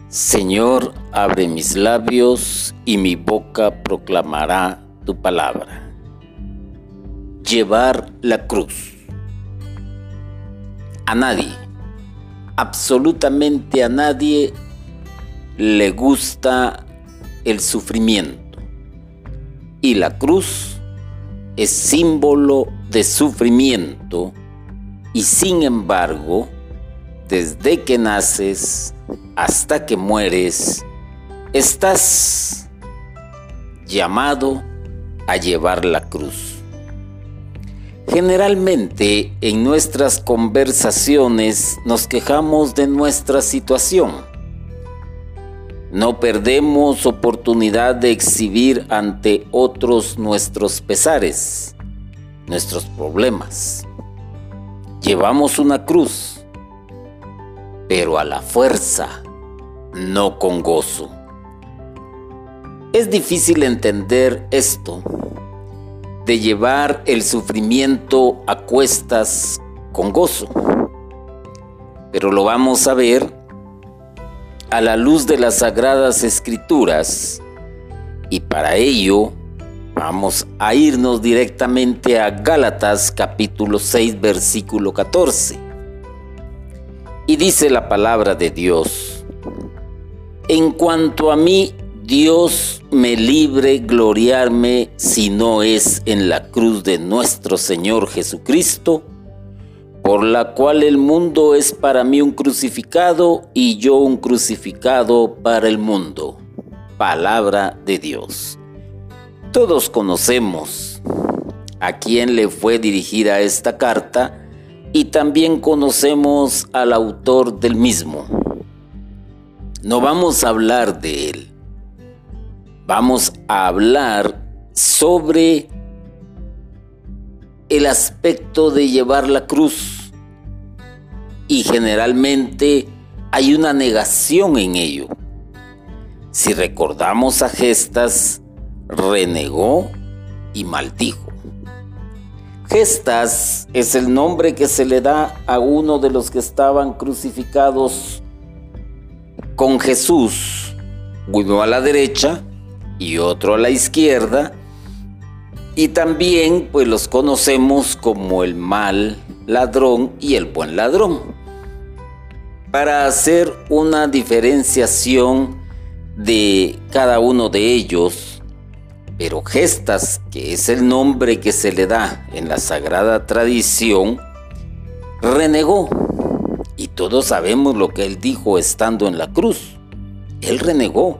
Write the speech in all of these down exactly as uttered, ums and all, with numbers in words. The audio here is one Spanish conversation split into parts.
Señor, abre mis labios y mi boca proclamará tu palabra. Llevar la cruz. A nadie, absolutamente a nadie, le gusta el sufrimiento. Y la cruz es símbolo de sufrimiento y sin embargo, desde que naces hasta que mueres, estás llamado a llevar la cruz. Generalmente en nuestras conversaciones nos quejamos de nuestra situación. No perdemos oportunidad de exhibir ante otros nuestros pesares, nuestros problemas. Llevamos una cruz, pero a la fuerza, no con gozo. Es difícil entender esto, de llevar el sufrimiento a cuestas con gozo, pero lo vamos a ver a la luz de las Sagradas Escrituras, y para ello vamos a irnos directamente a Gálatas capítulo seis versículo catorce. Y dice la palabra de Dios: en cuanto a mí, Dios me libre gloriarme si no es en la cruz de nuestro Señor Jesucristo, por la cual el mundo es para mí un crucificado y yo un crucificado para el mundo. Palabra de Dios. Todos conocemos a quién le fue dirigida esta carta y también conocemos al autor del mismo. No vamos a hablar de él. Vamos a hablar sobre el aspecto de llevar la cruz. Y generalmente hay una negación en ello. Si recordamos a Gestas, renegó y maldijo. Gestas es el nombre que se le da a uno de los que estaban crucificados con Jesús, uno a la derecha y otro a la izquierda, y también pues los conocemos como el mal ladrón y el buen ladrón, para hacer una diferenciación de cada uno de ellos. Pero Gestas, que es el nombre que se le da en la sagrada tradición, renegó. Y todos sabemos lo que él dijo estando en la cruz. Él renegó.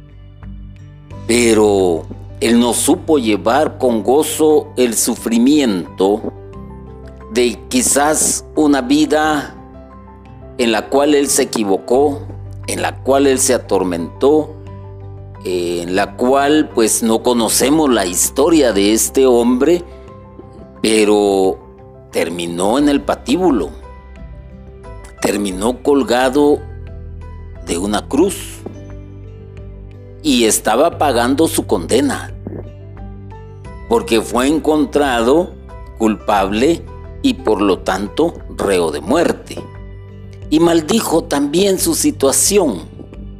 Pero él no supo llevar con gozo el sufrimiento de quizás una vida en la cual él se equivocó, en la cual él se atormentó, en la cual pues no conocemos la historia de este hombre, pero terminó en el patíbulo, terminó colgado de una cruz y estaba pagando su condena, porque fue encontrado culpable y por lo tanto reo de muerte, y maldijo también su situación.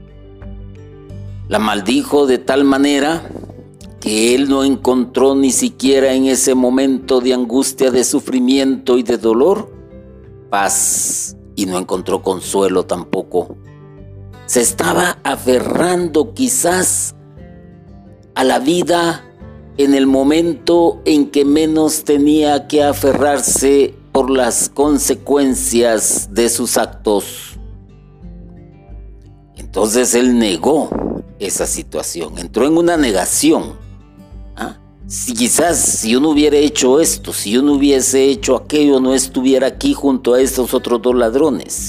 La maldijo de tal manera que él no encontró ni siquiera en ese momento de angustia, de sufrimiento y de dolor, paz, y no encontró consuelo tampoco. Se estaba aferrando quizás a la vida en el momento en que menos tenía que aferrarse por las consecuencias de sus actos. Entonces él negó esa situación, entró en una negación. ¿Ah? Si quizás si yo no hubiera hecho esto, si yo no hubiese hecho aquello, no estuviera aquí junto a estos otros dos ladrones.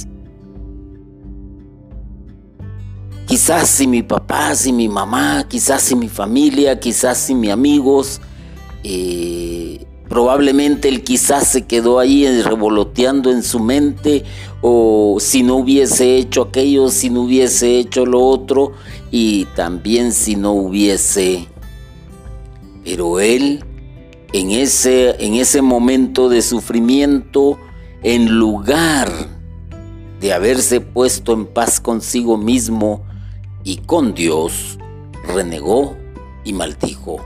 Quizás si mi papá, si mi mamá, quizás si mi familia, quizás si mis amigos, eh, probablemente él quizás se quedó ahí revoloteando en su mente, o si no hubiese hecho aquello, si no hubiese hecho lo otro, y también si no hubiese. Pero él, en ese, en ese momento de sufrimiento, en lugar de haberse puesto en paz consigo mismo, y con Dios renegó y maldijo.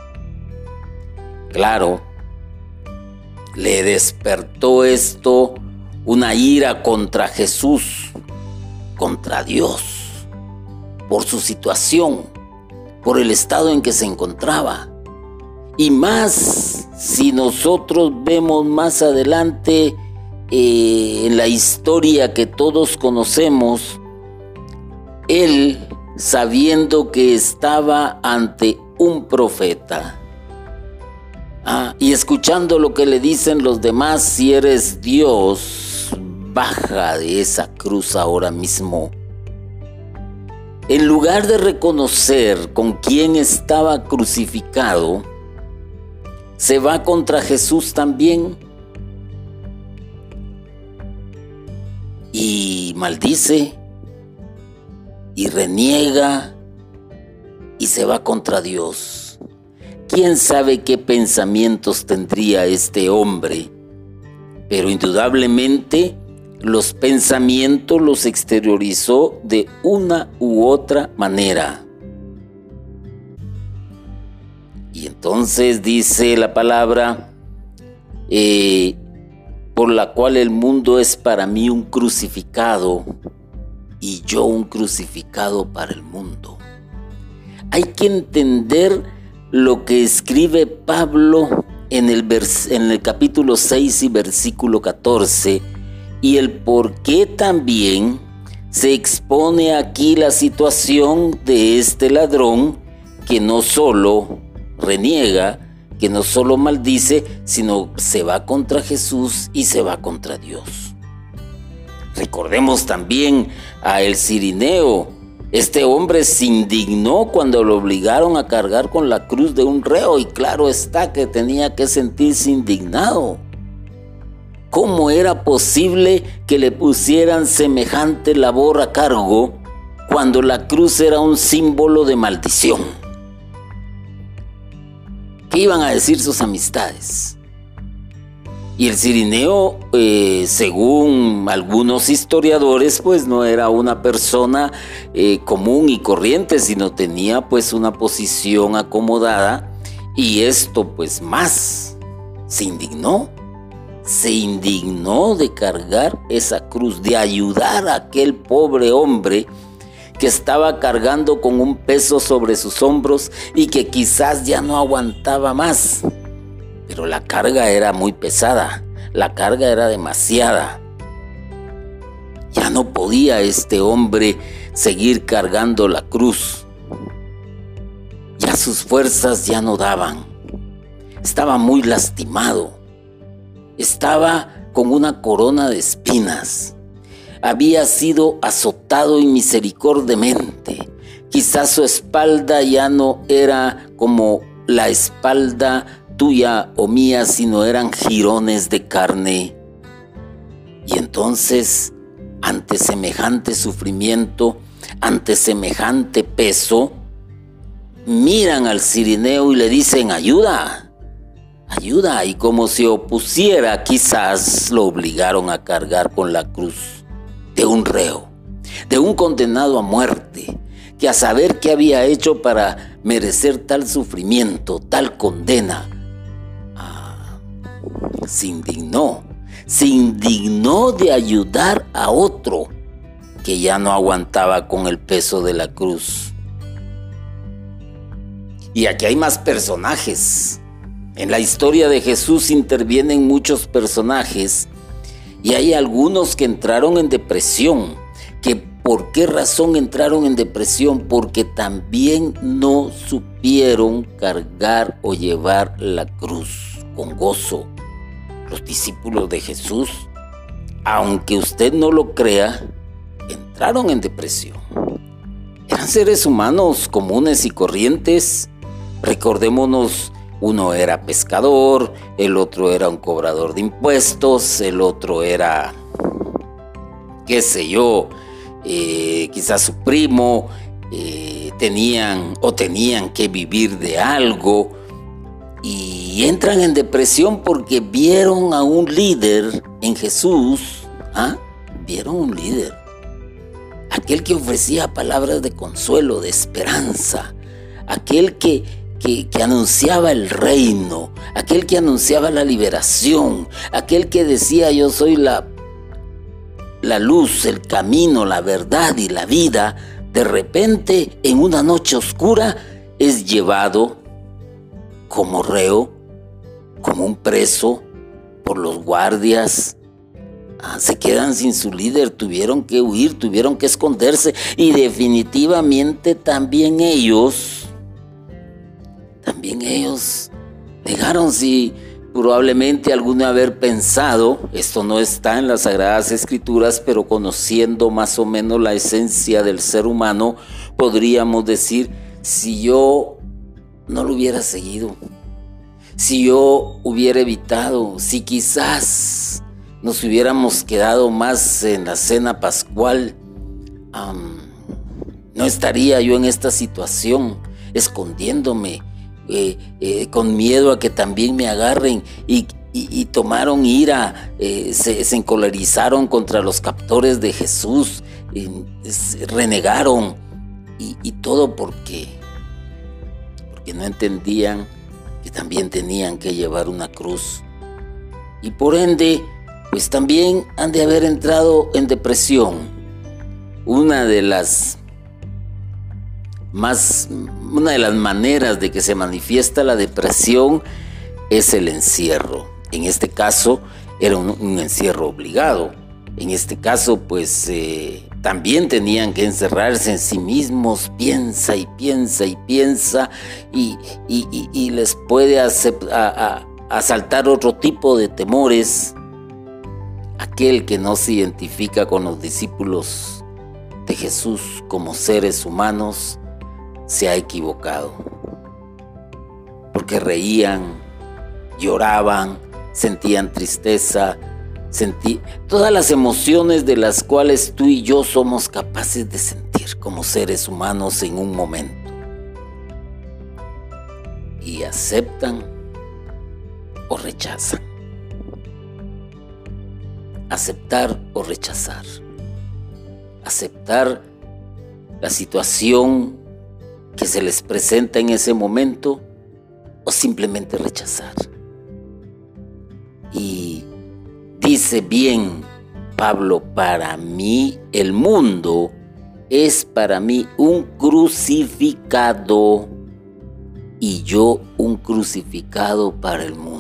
Claro, le despertó esto una ira contra Jesús, contra Dios, por su situación, por el estado en que se encontraba. Y más si nosotros vemos más adelante eh, en la historia que todos conocemos, él, sabiendo que estaba ante un profeta, ah, y escuchando lo que le dicen los demás, si eres Dios, baja de esa cruz ahora mismo. En lugar de reconocer con quién estaba crucificado, se va contra Jesús también y maldice y reniega y se va contra Dios. ¿Quién sabe qué pensamientos tendría este hombre? Pero indudablemente los pensamientos los exteriorizó de una u otra manera. Y entonces dice la palabra, eh, por la cual el mundo es para mí un crucificado y yo un crucificado para el mundo. Hay que entender lo que escribe Pablo en el, vers- en el capítulo seis y versículo catorce, y el por qué también se expone aquí la situación de este ladrón que no solo reniega, que no solo maldice, sino se va contra Jesús y se va contra Dios. Recordemos también a el cirineo. Este hombre se indignó cuando lo obligaron a cargar con la cruz de un reo, y claro está que tenía que sentirse indignado. ¿Cómo era posible que le pusieran semejante labor a cargo cuando la cruz era un símbolo de maldición? ¿Qué iban a decir sus amistades? Y el cirineo, eh, según algunos historiadores, pues no era una persona eh, común y corriente, sino tenía pues una posición acomodada, y esto pues más se indignó. Se indignó de cargar esa cruz, de ayudar a aquel pobre hombre que estaba cargando con un peso sobre sus hombros y que quizás ya no aguantaba más. Pero la carga era muy pesada, la carga era demasiada. Ya no podía este hombre seguir cargando la cruz. Ya sus fuerzas ya no daban. Estaba muy lastimado. Estaba con una corona de espinas. Había sido azotado inmisericordiamente. Quizás su espalda ya no era como la espalda tuya o mía, sino eran jirones de carne. Y entonces, ante semejante sufrimiento, ante semejante peso, miran al cirineo y le dicen: ayuda. Ayuda, y como si opusiera, quizás lo obligaron a cargar con la cruz de un reo, de un condenado a muerte, que a saber qué había hecho para merecer tal sufrimiento, tal condena. Ah, se indignó, se indignó de ayudar a otro que ya no aguantaba con el peso de la cruz. Y aquí hay más personajes. En la historia de Jesús intervienen muchos personajes, y hay algunos que entraron en depresión. ¿Que por qué razón entraron en depresión? Porque también no supieron cargar o llevar la cruz con gozo. Los discípulos de Jesús, aunque usted no lo crea, entraron en depresión. Eran seres humanos comunes y corrientes. Recordémonos, uno era pescador, el otro era un cobrador de impuestos, el otro era, qué sé yo, eh, quizás su primo, eh, tenían o tenían que vivir de algo, y entran en depresión porque vieron a un líder en Jesús. ¿Ah? Vieron un líder, aquel que ofrecía palabras de consuelo, de esperanza, aquel que, que, que anunciaba el reino, aquel que anunciaba la liberación, aquel que decía yo soy la, la luz, el camino, la verdad y la vida. De repente, en una noche oscura, es llevado como reo, como un preso por los guardias. Ah, se quedan sin su líder, tuvieron que huir, tuvieron que esconderse, y definitivamente también ellos, también ellos negaron. Si probablemente alguno haber pensado, esto no está en las Sagradas Escrituras, pero conociendo más o menos la esencia del ser humano, podríamos decir, si yo no lo hubiera seguido, si yo hubiera evitado, si quizás nos hubiéramos quedado más en la cena pascual, um, no estaría yo en esta situación, escondiéndome, eh, eh, con miedo a que también me agarren, y, y, y tomaron ira, eh, se, se encolerizaron contra los captores de Jesús, eh, renegaron, y, y todo porque, porque no entendían que también tenían que llevar una cruz, y por ende, pues también han de haber entrado en depresión. Una de las más, una de las maneras de que se manifiesta la depresión es el encierro. En este caso era un, un encierro obligado. En este caso, pues eh, también tenían que encerrarse en sí mismos. Piensa y piensa y piensa y, y, y, y les puede acept- a, a, asaltar otro tipo de temores. Aquel que no se identifica con los discípulos de Jesús como seres humanos se ha equivocado, porque reían, lloraban, sentían tristeza, sentí todas las emociones de las cuales tú y yo somos capaces de sentir como seres humanos en un momento, y aceptan o rechazan. Aceptar o rechazar. Aceptar la situación que se les presenta en ese momento, o simplemente rechazar. Y dice bien Pablo, para mí el mundo es para mí un crucificado y yo un crucificado para el mundo.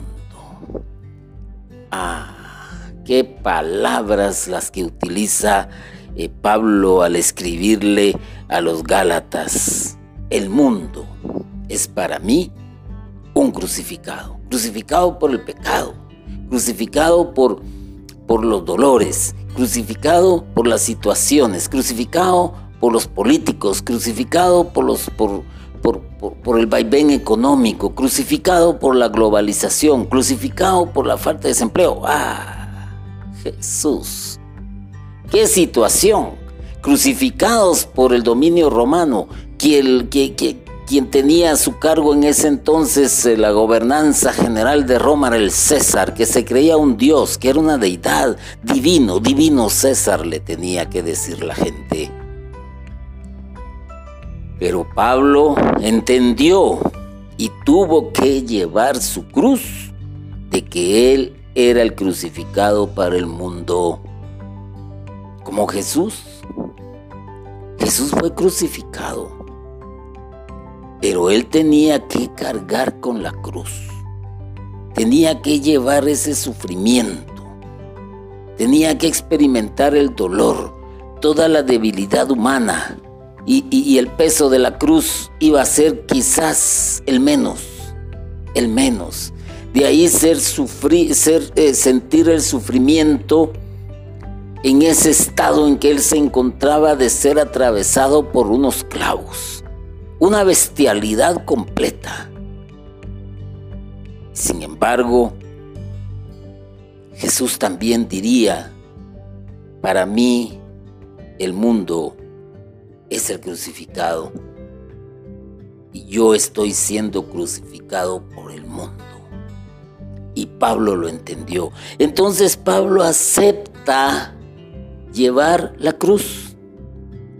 Ah, qué palabras las que utiliza eh, Pablo al escribirle a los Gálatas. El mundo es para mí un crucificado, crucificado por el pecado, crucificado por, por los dolores, crucificado por las situaciones, crucificado por los políticos, crucificado por, los, por, por, por, por el vaivén económico, crucificado por la globalización, crucificado por la falta de desempleo. ¡Ah! Jesús, qué situación. Crucificados por el dominio romano, quien, quien, quien, quien tenía a su cargo en ese entonces eh, la gobernanza general de Roma era el César, que se creía un dios, que era una deidad. Divino, divino César, le tenía que decir la gente. Pero Pablo entendió y tuvo que llevar su cruz de que él era el crucificado para el mundo. Como Jesús. Jesús fue crucificado, pero él tenía que cargar con la cruz. Tenía que llevar ese sufrimiento. Tenía que experimentar el dolor, toda la debilidad humana. Y, y, y el peso de la cruz iba a ser quizás el menos, el menos. De ahí ser sufrir, ser, eh, sentir el sufrimiento en ese estado en que él se encontraba de ser atravesado por unos clavos. Una bestialidad completa. Sin embargo, Jesús también diría, para mí el mundo es el crucificado y yo estoy siendo crucificado por el mundo. Y Pablo lo entendió. Entonces Pablo acepta llevar la cruz.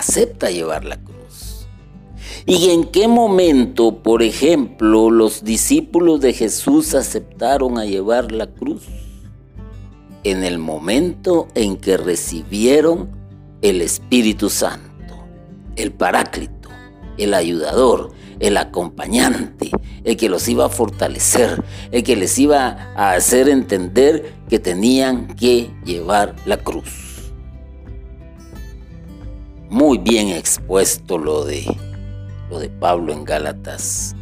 acepta llevar la cruz. ¿Y en qué momento, por ejemplo, los discípulos de Jesús aceptaron a llevar la cruz? En el momento en que recibieron el Espíritu Santo, el Paráclito, el ayudador, el acompañante, el que los iba a fortalecer, el que les iba a hacer entender que tenían que llevar la cruz. Muy bien expuesto lo de, lo de Pablo en Gálatas.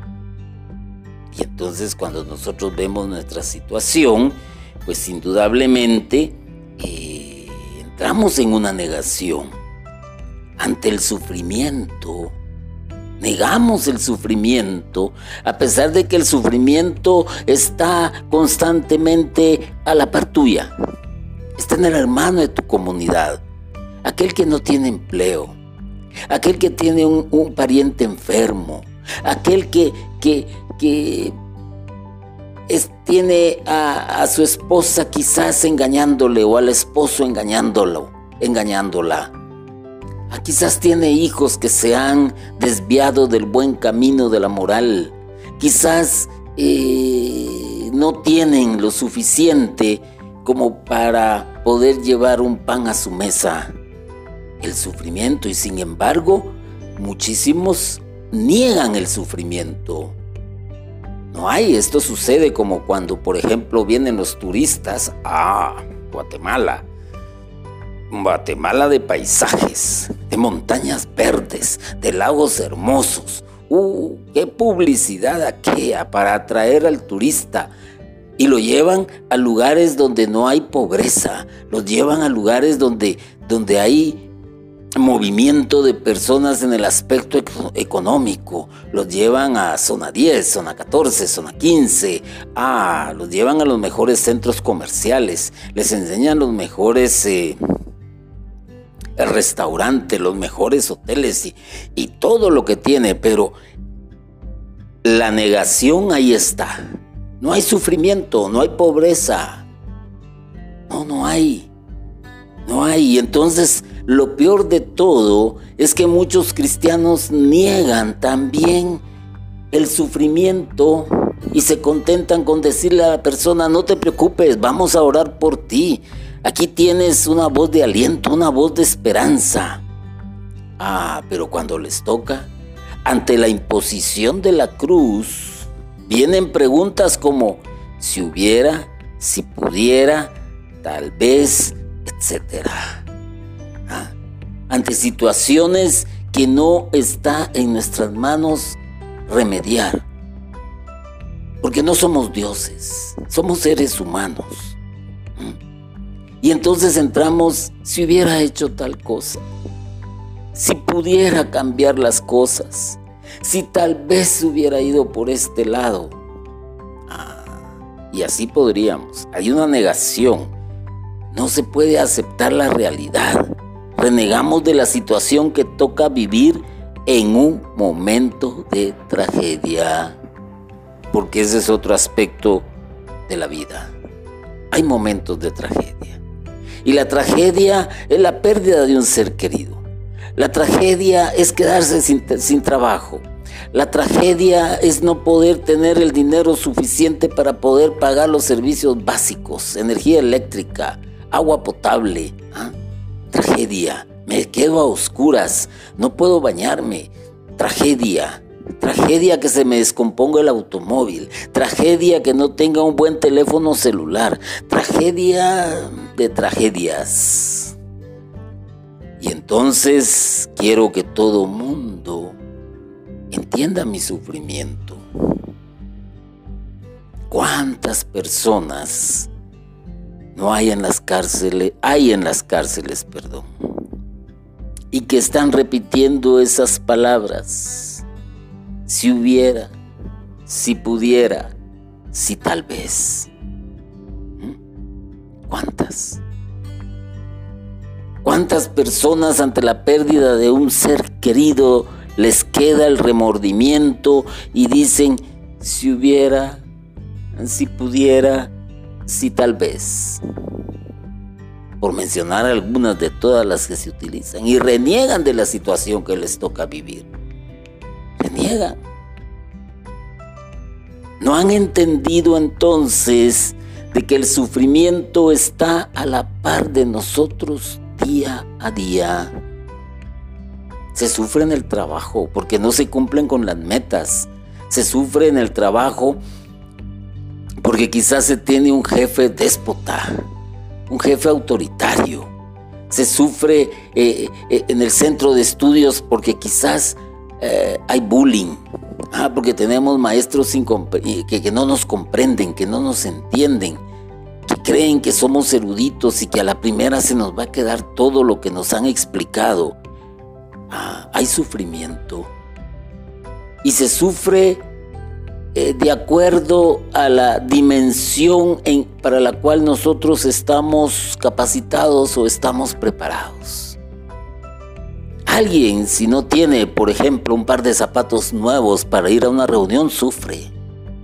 Y entonces cuando nosotros vemos nuestra situación, pues indudablemente eh, entramos en una negación ante el sufrimiento. Negamos el sufrimiento, a pesar de que el sufrimiento está constantemente a la par tuya. Está en el hermano de tu comunidad, aquel que no tiene empleo, aquel que tiene un, un pariente enfermo, aquel que, que, que es, tiene a, a su esposa quizás engañándole o al esposo engañándolo, engañándola. Ah, quizás tiene hijos que se han desviado del buen camino de la moral. Quizás eh, no tienen lo suficiente como para poder llevar un pan a su mesa. El sufrimiento, y sin embargo, muchísimos niegan el sufrimiento. No hay, esto sucede como cuando, por ejemplo, vienen los turistas a Guatemala. Guatemala de paisajes, de montañas verdes, de lagos hermosos. ¡Uh! ¡Qué publicidad aquella para atraer al turista! Y lo llevan a lugares donde no hay pobreza, los llevan a lugares donde, donde hay movimiento de personas en el aspecto económico, los llevan a zona diez, zona catorce, zona quince, ah, los llevan a los mejores centros comerciales, les enseñan los mejores eh, restaurantes, los mejores hoteles y, y todo lo que tiene, pero la negación ahí está. No hay sufrimiento, no hay pobreza, no, no hay, no hay. Y entonces lo peor de todo es que muchos cristianos niegan también el sufrimiento y se contentan con decirle a la persona: no te preocupes, vamos a orar por ti. Aquí tienes una voz de aliento, una voz de esperanza. Ah, pero cuando les toca, ante la imposición de la cruz, vienen preguntas como si hubiera, si pudiera, tal vez, etcétera. ¿Ah? Ante situaciones que no está en nuestras manos remediar. Porque no somos dioses, somos seres humanos. ¿Mm? Y entonces entramos, si hubiera hecho tal cosa, si pudiera cambiar las cosas, si tal vez hubiera ido por este lado. Ah, y así podríamos. Hay una negación. No se puede aceptar la realidad. Renegamos de la situación que toca vivir en un momento de tragedia. Porque ese es otro aspecto de la vida. Hay momentos de tragedia. Y la tragedia es la pérdida de un ser querido. La tragedia es quedarse sin, sin trabajo. La tragedia es no poder tener el dinero suficiente para poder pagar los servicios básicos, energía eléctrica, agua potable. ¿Ah? Tragedia. Me quedo a oscuras, no puedo bañarme. Tragedia. Tragedia que se me descomponga el automóvil. Tragedia que no tenga un buen teléfono celular. Tragedia de tragedias. Y entonces quiero que todo mundo entienda mi sufrimiento. ¿Cuántas personas no hay en las cárceles, hay en las cárceles, perdón, y que están repitiendo esas palabras? Si hubiera, si pudiera, si tal vez. ¿Mm? ¿Cuántas? ¿Cuántas personas ante la pérdida de un ser querido les queda el remordimiento y dicen: si hubiera, si pudiera, si tal vez? por mencionar algunas de todas las que se utilizan, y reniegan de la situación que les toca vivir. Reniegan. No han entendido entonces de que el sufrimiento está a la par de nosotros día a día. Se sufre en el trabajo porque no se cumplen con las metas. Se sufre en el trabajo porque quizás se tiene un jefe déspota, un jefe autoritario. Se sufre eh, eh, en el centro de estudios porque quizás eh, hay bullying. Ah, porque tenemos maestros que, que no nos comprenden, que no nos entienden, que creen que somos eruditos y que a la primera se nos va a quedar todo lo que nos han explicado. Ah, hay sufrimiento. Y se sufre eh, de acuerdo a la dimensión en, para la cual nosotros estamos capacitados o estamos preparados. Alguien, si no tiene, por ejemplo, un par de zapatos nuevos para ir a una reunión, sufre.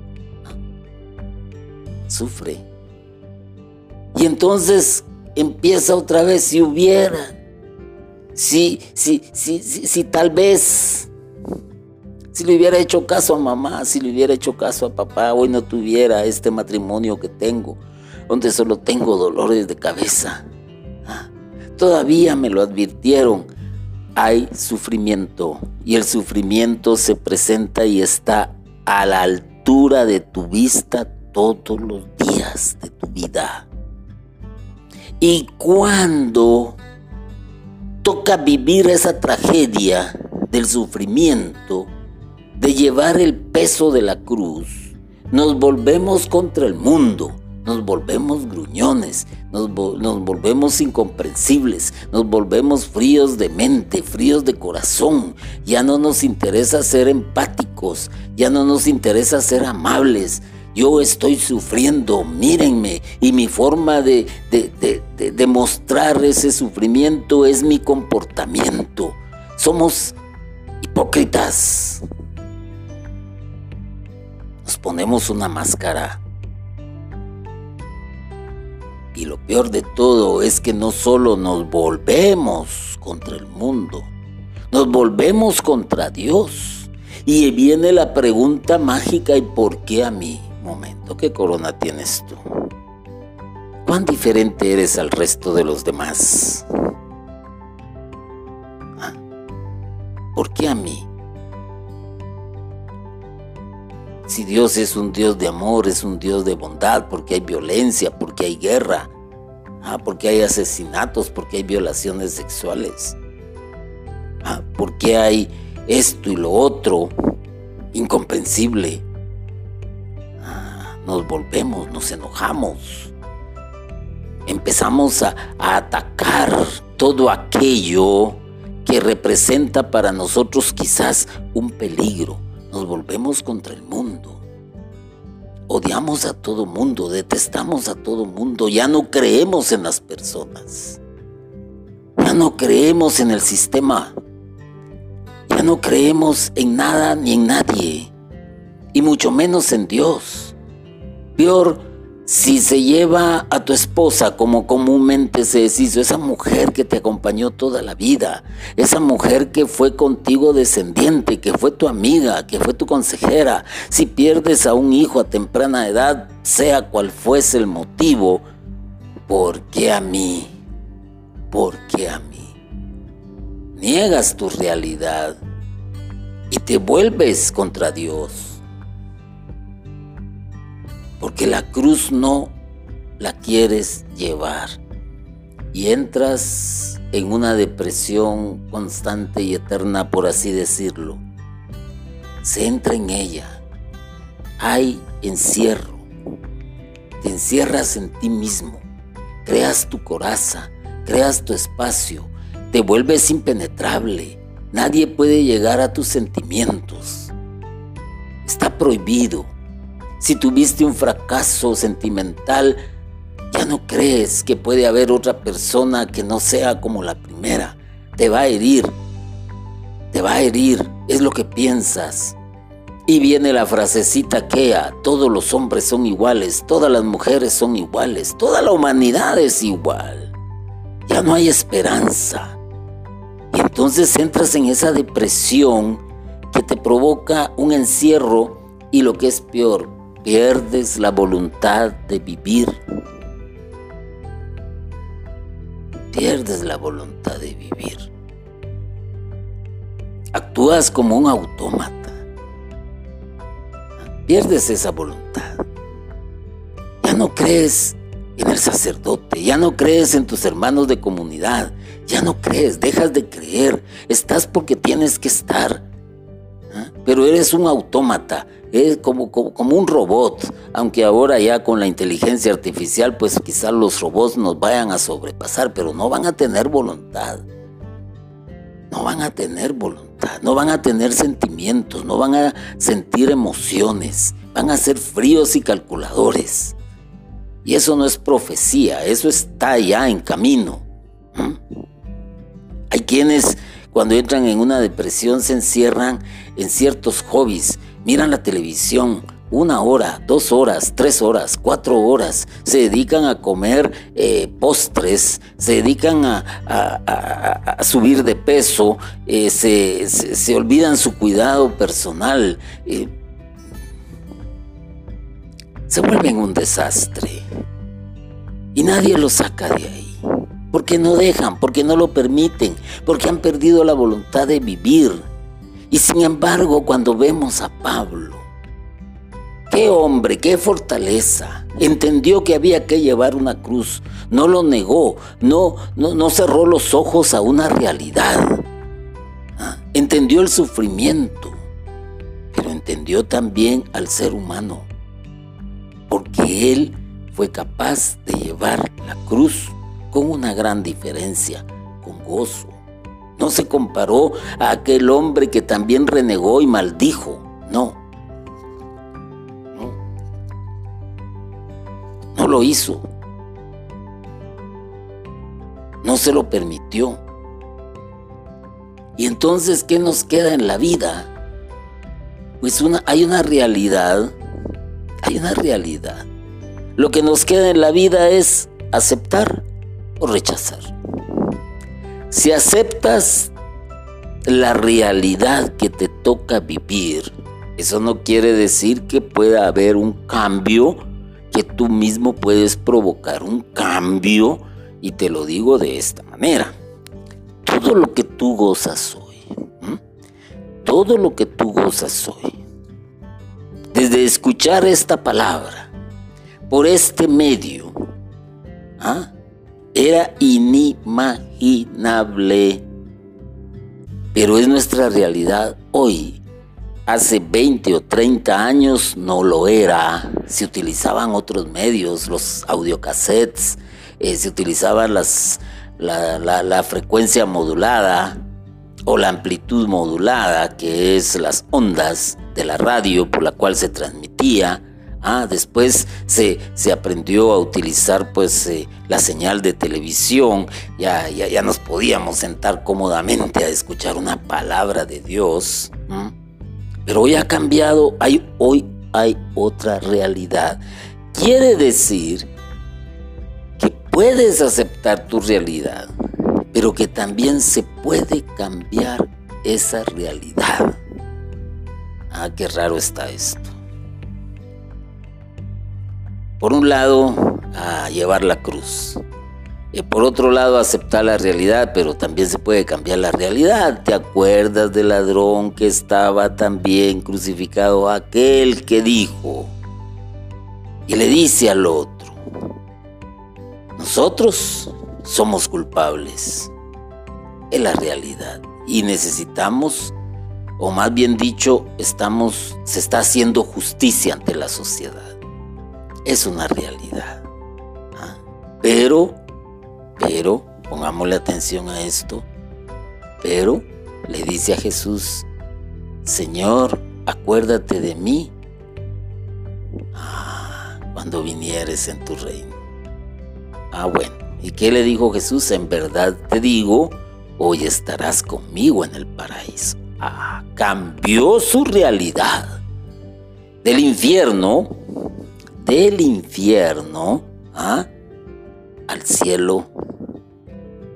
Sufre. Y entonces empieza otra vez, si hubiera, si, si, si, si, si tal vez, si le hubiera hecho caso a mamá, si le hubiera hecho caso a papá, hoy no tuviera este matrimonio que tengo, donde solo tengo dolores de cabeza. Todavía me lo advirtieron. Hay sufrimiento, y el sufrimiento se presenta y está a la altura de tu vista todos los días de tu vida. Y cuando toca vivir esa tragedia del sufrimiento, de llevar el peso de la cruz, nos volvemos contra el mundo. Nos volvemos gruñones, nos, nos volvemos incomprensibles, nos volvemos fríos de mente, fríos de corazón. Ya no nos interesa ser empáticos, ya no nos interesa ser amables. Yo estoy sufriendo, mírenme, y mi forma de, de, de, de, de mostrar ese sufrimiento es mi comportamiento. Somos hipócritas. Nos ponemos una máscara. Y lo peor de todo es que no solo nos volvemos contra el mundo, nos volvemos contra Dios. Y viene la pregunta mágica: ¿y por qué a mí? Momento, ¿qué corona tienes tú? ¿Cuán diferente eres al resto de los demás? ¿Ah? ¿Por qué a mí? Si Dios es un Dios de amor, es un Dios de bondad, porque hay violencia, porque hay guerra, ah, porque hay asesinatos, porque hay violaciones sexuales, ah, porque hay esto y lo otro, incomprensible. Ah, nos volvemos, nos enojamos, empezamos a, a atacar todo aquello que representa para nosotros quizás un peligro. Nos volvemos contra el mundo. Odiamos a todo mundo, detestamos a todo mundo. Ya no creemos en las personas. Ya no creemos en el sistema. Ya no creemos en nada ni en nadie. Y mucho menos en Dios. Peor si se lleva a tu esposa, como comúnmente se deshizo, esa mujer que te acompañó toda la vida, esa mujer que fue contigo descendiente, que fue tu amiga, que fue tu consejera. Si pierdes a un hijo a temprana edad, sea cual fuese el motivo, ¿por qué a mí? ¿Por qué a mí? Niegas tu realidad y te vuelves contra Dios. Porque la cruz no la quieres llevar y entras en una depresión constante y eterna, por así decirlo. Se entra en ella. Hay encierro. Te encierras en ti mismo. Creas tu coraza, creas tu espacio. Te vuelves impenetrable. Nadie puede llegar a tus sentimientos. Está prohibido. Si tuviste un fracaso sentimental, ya no crees que puede haber otra persona que no sea como la primera. Te va a herir, te va a herir, es lo que piensas. Y viene la frasecita aquella: todos los hombres son iguales, todas las mujeres son iguales, toda la humanidad es igual. ya no hay esperanza. Y entonces entras en esa depresión que te provoca un encierro y lo que es peor, pierdes la voluntad de vivir. Pierdes la voluntad de vivir. Actúas como un autómata. Pierdes esa voluntad. Ya no crees en el sacerdote, ya no crees en tus hermanos de comunidad, ya no crees, dejas de creer, estás porque tienes que estar, ¿eh? Pero eres un autómata, eres como, como, como un robot, aunque ahora ya con la inteligencia artificial pues quizás los robots nos vayan a sobrepasar, pero no van a tener voluntad, no van a tener voluntad, no van a tener sentimientos, no van a sentir emociones, van a ser fríos y calculadores. Y eso no es profecía, eso está ya en camino. ¿Mm? Hay quienes cuando entran en una depresión se encierran en ciertos hobbies, miran la televisión una hora, dos horas, tres horas, cuatro horas, se dedican a comer eh, postres, se dedican a, a, a, a subir de peso, eh, se, se, se olvidan su cuidado personal, eh, se vuelven un desastre y nadie los saca de ahí, porque no dejan, porque no lo permiten, porque han perdido la voluntad de vivir. Y sin embargo, cuando vemos a Pablo, qué hombre, qué fortaleza, entendió que había que llevar una cruz, no lo negó, no, no, no cerró los ojos a una realidad, ¿ah? Entendió el sufrimiento, pero entendió también al ser humano, porque él fue capaz de llevar la cruz con una gran diferencia, con gozo. No se comparó a aquel hombre que también renegó y maldijo, no. No, no lo hizo. No se lo permitió. Y entonces, ¿qué nos queda en la vida? Pues una, hay una realidad, hay una realidad. Lo que nos queda en la vida es aceptar o rechazar. Si aceptas la realidad que te toca vivir, eso no quiere decir que pueda haber un cambio, que tú mismo puedes provocar un cambio, y te lo digo de esta manera. Todo lo que tú gozas hoy, ¿m? todo lo que tú gozas hoy, desde escuchar esta palabra, por este medio, ¿ah? era inimaginable, pero es nuestra realidad hoy. Hace veinte o treinta años no lo era. Se utilizaban otros medios, los audiocassettes, eh, se utilizaban las, la, la, la frecuencia modulada o la amplitud modulada, que es las ondas de la radio por la cual se transmitía. Ah, después se, se aprendió a utilizar pues eh, la señal de televisión, ya, ya, ya nos podíamos sentar cómodamente a escuchar una palabra de Dios. ¿Mm? Pero hoy ha cambiado, hay, hoy hay otra realidad. Quiere decir que puedes aceptar tu realidad, pero que también se puede cambiar esa realidad. Ah, qué raro está esto. Por un lado, a llevar la cruz. Y por otro lado, aceptar la realidad, pero también se puede cambiar la realidad. ¿Te acuerdas del ladrón que estaba también crucificado? Aquel que dijo, y le dice al otro, nosotros somos culpables. Es la realidad. Y necesitamos, o más bien dicho, estamos, se está haciendo justicia ante la sociedad. Es una realidad. ¿Ah? Pero, pero, pongámosle atención a esto, pero le dice a Jesús, Señor, acuérdate de mí ah, cuando vinieres en tu reino. Ah, bueno. ¿Y qué le dijo Jesús? En verdad te digo, hoy estarás conmigo en el paraíso. Ah, cambió su realidad del infierno, del infierno ¿ah? al cielo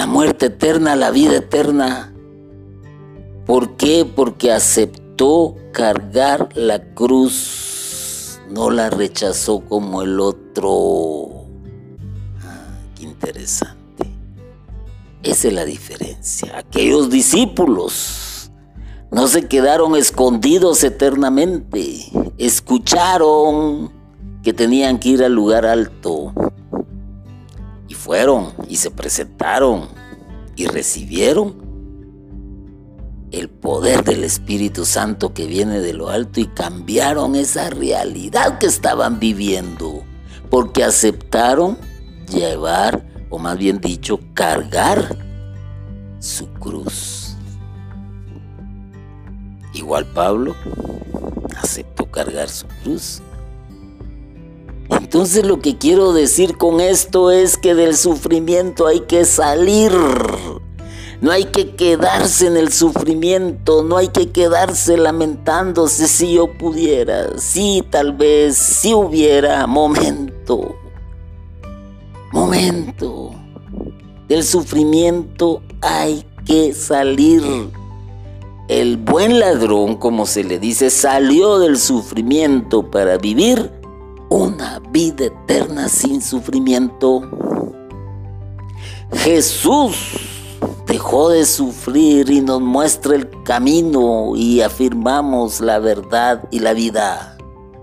la muerte eterna a la vida eterna. ¿Por qué? Porque aceptó cargar la cruz, no la rechazó como el otro. Ah, qué interesante. Esa es la diferencia. Aquellos discípulos no se quedaron escondidos eternamente. Escucharon que tenían que ir al lugar alto. Y fueron y se presentaron y recibieron el poder del Espíritu Santo que viene de lo alto y cambiaron esa realidad que estaban viviendo. Porque aceptaron llevar, o más bien dicho, cargar su cruz. Igual Pablo aceptó cargar su cruz. Entonces lo que quiero decir con esto es que del sufrimiento hay que salir. No hay que quedarse en el sufrimiento, no hay que quedarse lamentándose. Si yo pudiera, si tal vez, si hubiera. Momento, momento. Del sufrimiento hay que salir. El buen ladrón, como se le dice, salió del sufrimiento para vivir una vida eterna sin sufrimiento. Jesús dejó de sufrir y nos muestra el camino y afirmamos la verdad y la vida.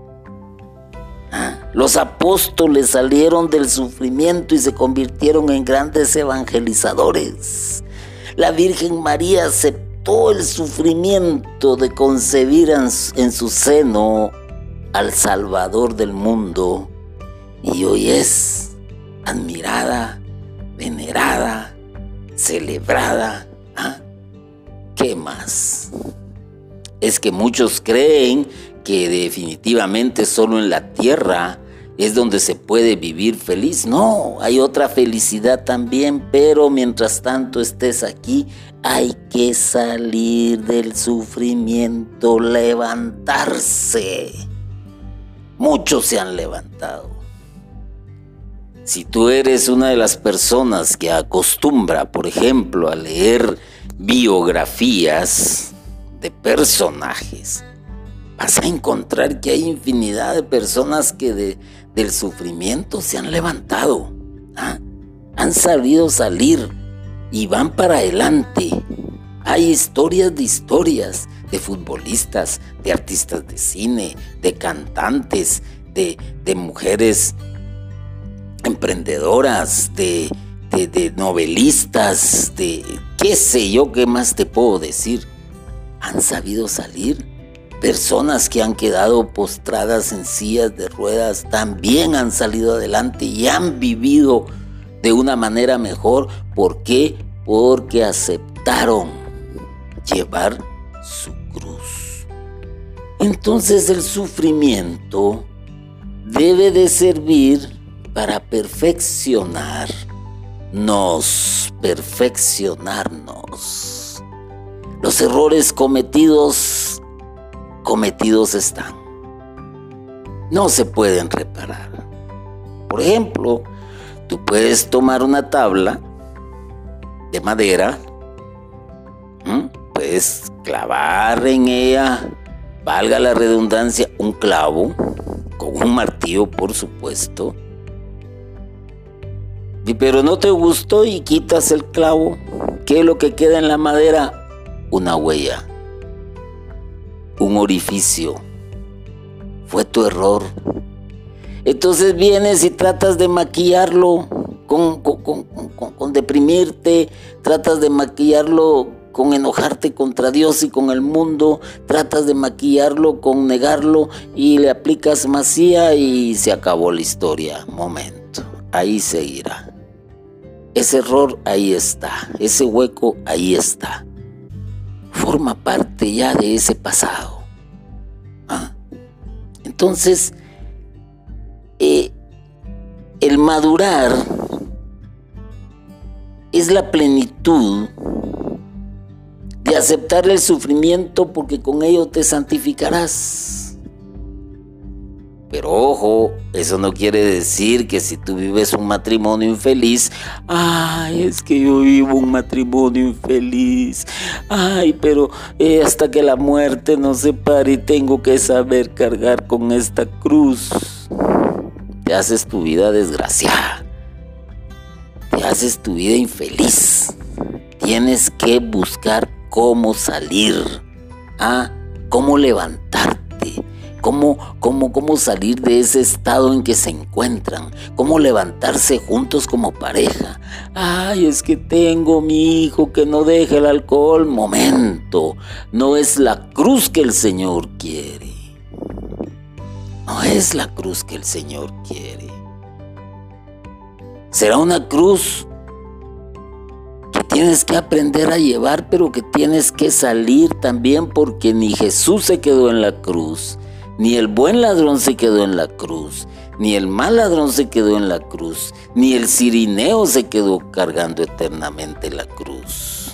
¿Ah? Los apóstoles salieron del sufrimiento y se convirtieron en grandes evangelizadores. La Virgen María aceptó el sufrimiento de concebir en, en su seno al Salvador del mundo y hoy es admirada, venerada, celebrada. ¿Ah? ¿Qué más? Es que muchos creen que definitivamente solo en la tierra es donde se puede vivir feliz. No, hay otra felicidad también, pero mientras tanto estés aquí, hay que salir del sufrimiento, levantarse. Muchos se han levantado. Si tú eres una de las personas que acostumbra, por ejemplo, a leer biografías de personajes, vas a encontrar que hay infinidad de personas que de, del sufrimiento se han levantado, ¿ah? Han sabido salir y van para adelante. Hay historias de historias de futbolistas, de artistas de cine, de cantantes, de, de mujeres emprendedoras, de, de, de novelistas, de qué sé yo, qué más te puedo decir. Han sabido salir. Personas que han quedado postradas en sillas de ruedas también han salido adelante y han vivido de una manera mejor. ¿Por qué? Porque aceptaron llevar su cruz. Entonces el sufrimiento debe de servir para perfeccionarnos, perfeccionarnos. Los errores cometidos, cometidos están. No se pueden reparar. Por ejemplo, tú puedes tomar una tabla de madera, ¿m? Puedes clavar en ella, valga la redundancia, un clavo, con un martillo, por supuesto. Pero no te gustó y quitas el clavo. ¿Qué es lo que queda en la madera? Una huella, un orificio. Fue tu error. Entonces vienes y tratas de maquillarlo con, con, con, con, con deprimirte, tratas de maquillarlo con enojarte contra Dios y con el mundo, tratas de maquillarlo con negarlo y le aplicas masía y se acabó la historia. Momento, ahí seguirá. Ese error ahí está, ese hueco ahí está. Forma parte ya de ese pasado. ¿Ah? Entonces, eh, el madurar es la plenitud de aceptar el sufrimiento porque con ello te santificarás. Pero ojo, eso no quiere decir que si tú vives un matrimonio infeliz, ay, es que yo vivo un matrimonio infeliz, ay, pero eh, hasta que la muerte nos separe y tengo que saber cargar con esta cruz. Te haces tu vida desgraciada, te haces tu vida infeliz. Tienes que buscar cómo salir, ¿ah? Cómo levantarte. Cómo, cómo, cómo salir de ese estado en que se encuentran, cómo levantarse juntos como pareja. Ay, es que tengo mi hijo que no deja el alcohol. Momento, no es la cruz que el Señor quiere. No es la cruz que el Señor quiere. Será una cruz que tienes que aprender a llevar, pero que tienes que salir también, porque ni Jesús se quedó en la cruz. Ni el buen ladrón se quedó en la cruz, ni el mal ladrón se quedó en la cruz, ni el cirineo se quedó cargando eternamente la cruz.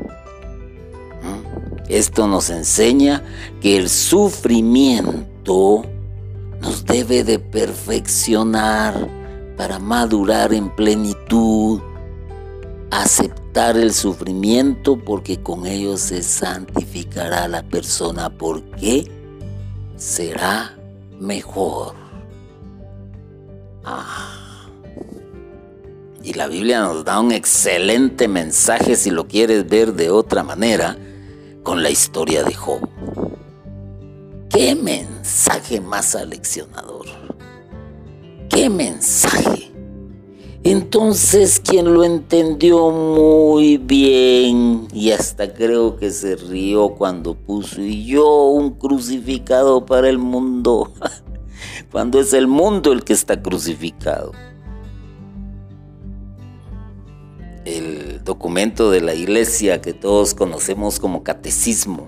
Esto nos enseña que el sufrimiento nos debe de perfeccionar para madurar en plenitud, aceptar el sufrimiento, porque con ello se santificará la persona. ¿Por qué? Será mejor. Ah. Y la Biblia nos da un excelente mensaje, si lo quieres ver de otra manera, con la historia de Job. ¡Qué mensaje más aleccionador! ¡Qué mensaje! Entonces, quien lo entendió muy bien, y hasta creo que se rió cuando puso, y yo un crucificado para el mundo, cuando es el mundo el que está crucificado. El documento de la iglesia que todos conocemos como catecismo,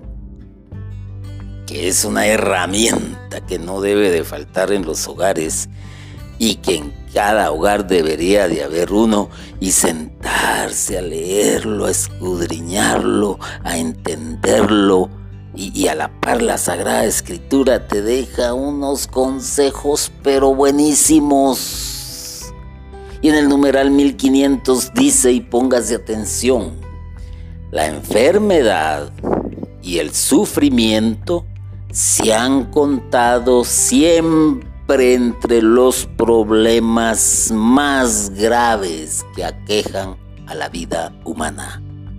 que es una herramienta que no debe de faltar en los hogares, y que en cada hogar debería de haber uno, y sentarse a leerlo, a escudriñarlo, a entenderlo, y, y a la par la Sagrada Escritura te deja unos consejos pero buenísimos. Y en el numeral mil quinientos dice, y póngase atención: la enfermedad y el sufrimiento se han contado siempre entre los problemas más graves que aquejan a la vida humana.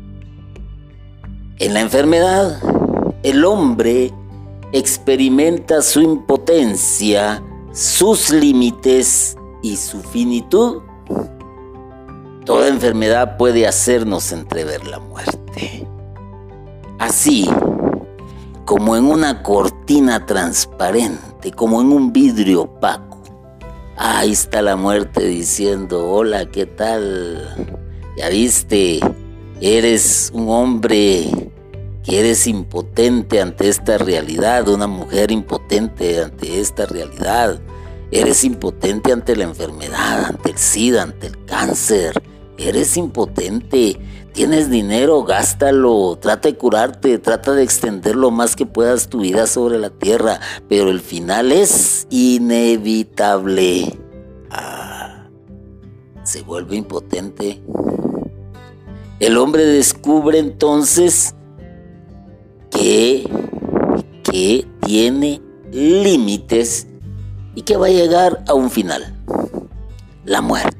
En la enfermedad, el hombre experimenta su impotencia, sus límites y su finitud. Toda enfermedad puede hacernos entrever la muerte. Así como en una cortina transparente, como en un vidrio opaco, ahí está la muerte diciendo: hola, ¿qué tal? Ya viste, eres un hombre que eres impotente ante esta realidad, una mujer impotente ante esta realidad. Eres impotente ante la enfermedad, ante el SIDA, ante el cáncer. Eres impotente. Tienes dinero, gástalo, trata de curarte, trata de extender lo más que puedas tu vida sobre la tierra, pero el final es inevitable. Ah, se vuelve impotente. El hombre descubre entonces que, que tiene límites y que va a llegar a un final, la muerte.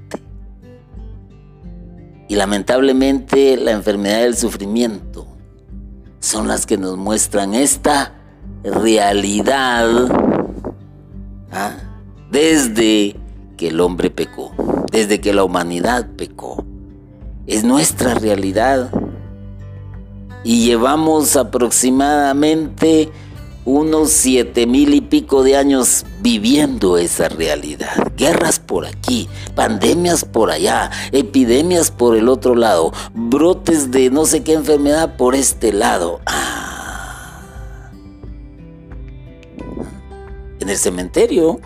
Y lamentablemente la enfermedad y el sufrimiento son las que nos muestran esta realidad, ¿ah? Desde que el hombre pecó, desde que la humanidad pecó. Es nuestra realidad. Y llevamos aproximadamente unos siete mil y pico de años viviendo esa realidad. Guerras por aquí, pandemias por allá, epidemias por el otro lado, brotes de no sé qué enfermedad por este lado. Ah. En el cementerio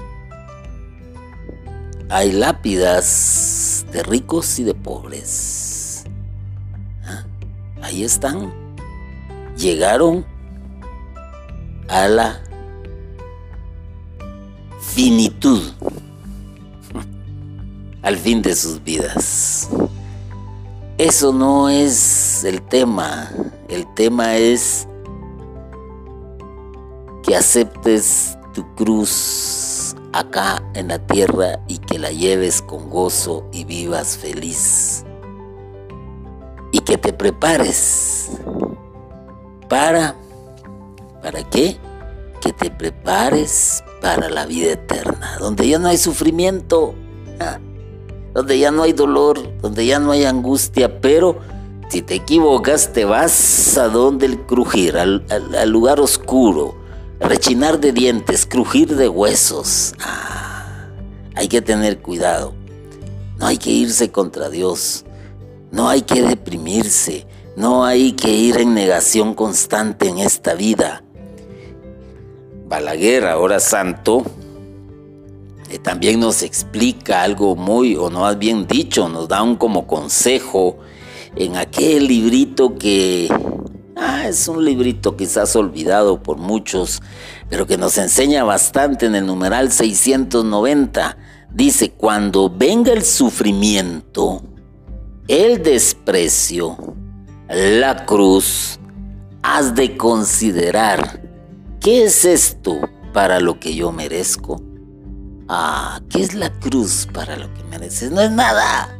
hay lápidas de ricos y de pobres. Ah. Ahí están. Llegaron a la finitud al fin de sus vidas. Eso no es el tema. El tema es que aceptes tu cruz acá en la tierra y que la lleves con gozo y vivas feliz. Y que te prepares para, ¿para qué? Que te prepares para la vida eterna, donde ya no hay sufrimiento, donde ya no hay dolor, donde ya no hay angustia, pero si te equivocas te vas a donde el crujir, al, al, al lugar oscuro, rechinar de dientes, crujir de huesos. Ah, hay que tener cuidado, no hay que irse contra Dios, no hay que deprimirse, no hay que ir en negación constante en esta vida. Balaguer, ahora santo, eh, también nos explica algo muy, o no más bien dicho, nos da un como consejo en aquel librito que ah, es un librito quizás olvidado por muchos, pero que nos enseña bastante en el numeral seiscientos noventa. Dice: cuando venga el sufrimiento, el desprecio, la cruz, has de considerar: ¿qué es esto para lo que yo merezco? Ah, ¿qué es la cruz para lo que mereces? No es nada.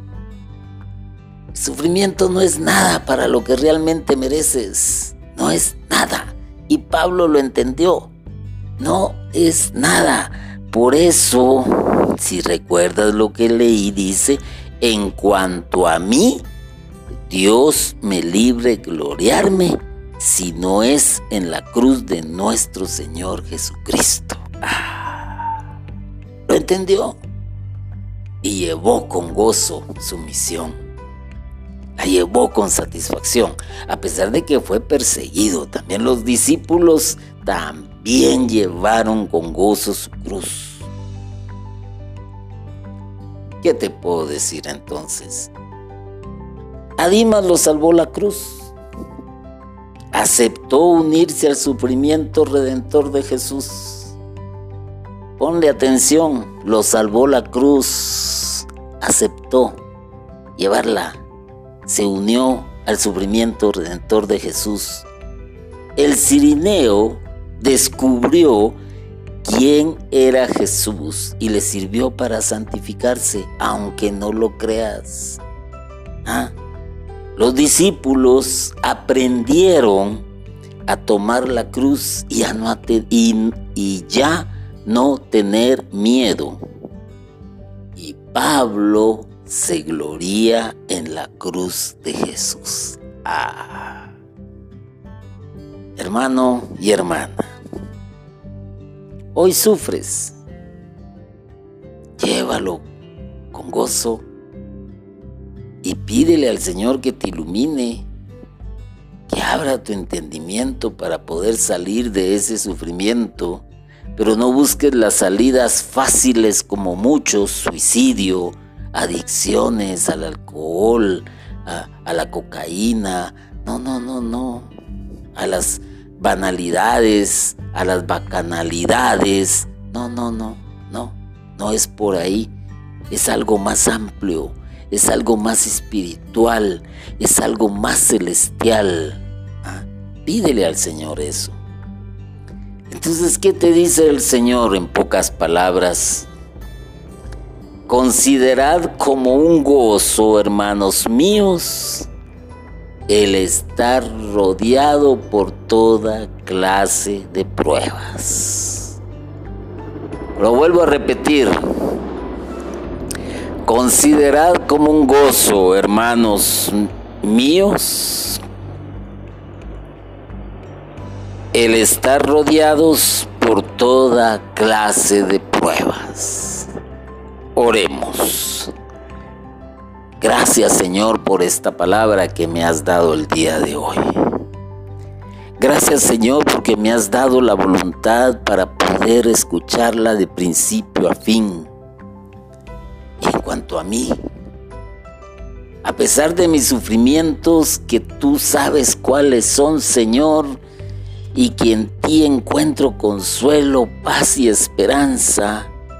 El sufrimiento no es nada para lo que realmente mereces. No es nada. Y Pablo lo entendió. No es nada. Por eso, si recuerdas lo que leí, dice: en cuanto a mí, Dios me libre gloriarme, si no es en la cruz de nuestro Señor Jesucristo. Ah, ¿lo entendió? Y llevó con gozo su misión. La llevó con satisfacción, a pesar de que fue perseguido. También los discípulos también llevaron con gozo su cruz. ¿Qué te puedo decir entonces? A Dimas lo salvó la cruz. Aceptó unirse al sufrimiento redentor de Jesús. Ponle atención, lo salvó la cruz. Aceptó llevarla. Se unió al sufrimiento redentor de Jesús. El cirineo descubrió quién era Jesús y le sirvió para santificarse, aunque no lo creas. ¿Ah? Los discípulos aprendieron a tomar la cruz y, a no te, y, y ya no tener miedo. Y Pablo se gloría en la cruz de Jesús. Ah. Hermano y hermana, hoy sufres. Llévalo con gozo y pídele al Señor que te ilumine, que abra tu entendimiento para poder salir de ese sufrimiento, pero no busques las salidas fáciles como muchos: suicidio, adicciones al alcohol, a, a la cocaína, no, no, no, no, a las banalidades, a las bacanalidades, no, no, no, no, no es por ahí, es algo más amplio. Es algo más espiritual, es algo más celestial. ¿Ah? Pídele al Señor eso. Entonces, ¿qué te dice el Señor en pocas palabras? Considerad como un gozo, hermanos míos, el estar rodeado por toda clase de pruebas. Lo vuelvo a repetir. Considerad como un gozo, hermanos míos, el estar rodeados por toda clase de pruebas. Oremos. Gracias, Señor, por esta palabra que me has dado el día de hoy. Gracias, Señor, porque me has dado la voluntad para poder escucharla de principio a fin. Y en cuanto a mí, a pesar de mis sufrimientos, que tú sabes cuáles son, Señor, y que en ti encuentro consuelo, paz y esperanza,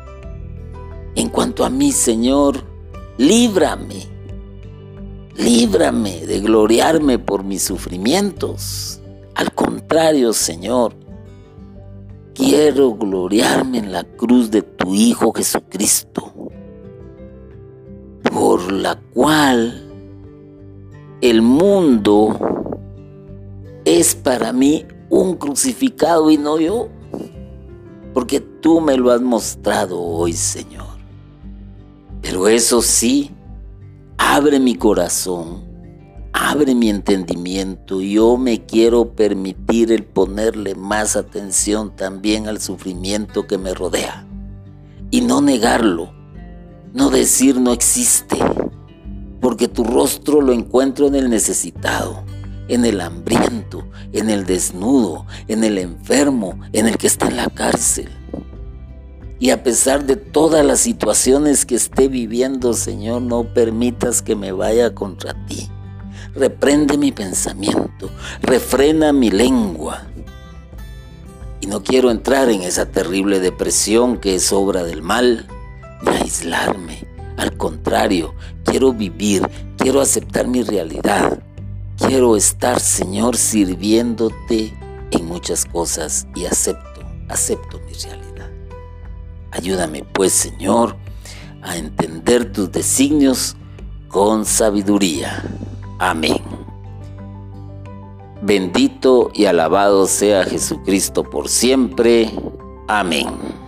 En cuanto a mí, Señor, líbrame, líbrame de gloriarme por mis sufrimientos. Al contrario, Señor, quiero gloriarme en la cruz de tu Hijo Jesucristo, por la cual el mundo es para mí un crucificado y no yo, porque tú me lo has mostrado hoy, Señor. Pero eso sí, abre mi corazón, abre mi entendimiento. Yo me quiero permitir el ponerle más atención también al sufrimiento que me rodea y no negarlo, no decir no existe, porque tu rostro lo encuentro en el necesitado, en el hambriento, en el desnudo, en el enfermo, en el que está en la cárcel. Y a pesar de todas las situaciones que esté viviendo, Señor, no permitas que me vaya contra ti. Reprende mi pensamiento, refrena mi lengua. Y no quiero entrar en esa terrible depresión que es obra del mal, ni aislarme. Al contrario, quiero vivir, quiero aceptar mi realidad. Quiero estar, Señor, sirviéndote en muchas cosas y acepto, acepto mi realidad. Ayúdame, pues, Señor, a entender tus designios con sabiduría. Amén. Bendito y alabado sea Jesucristo por siempre. Amén.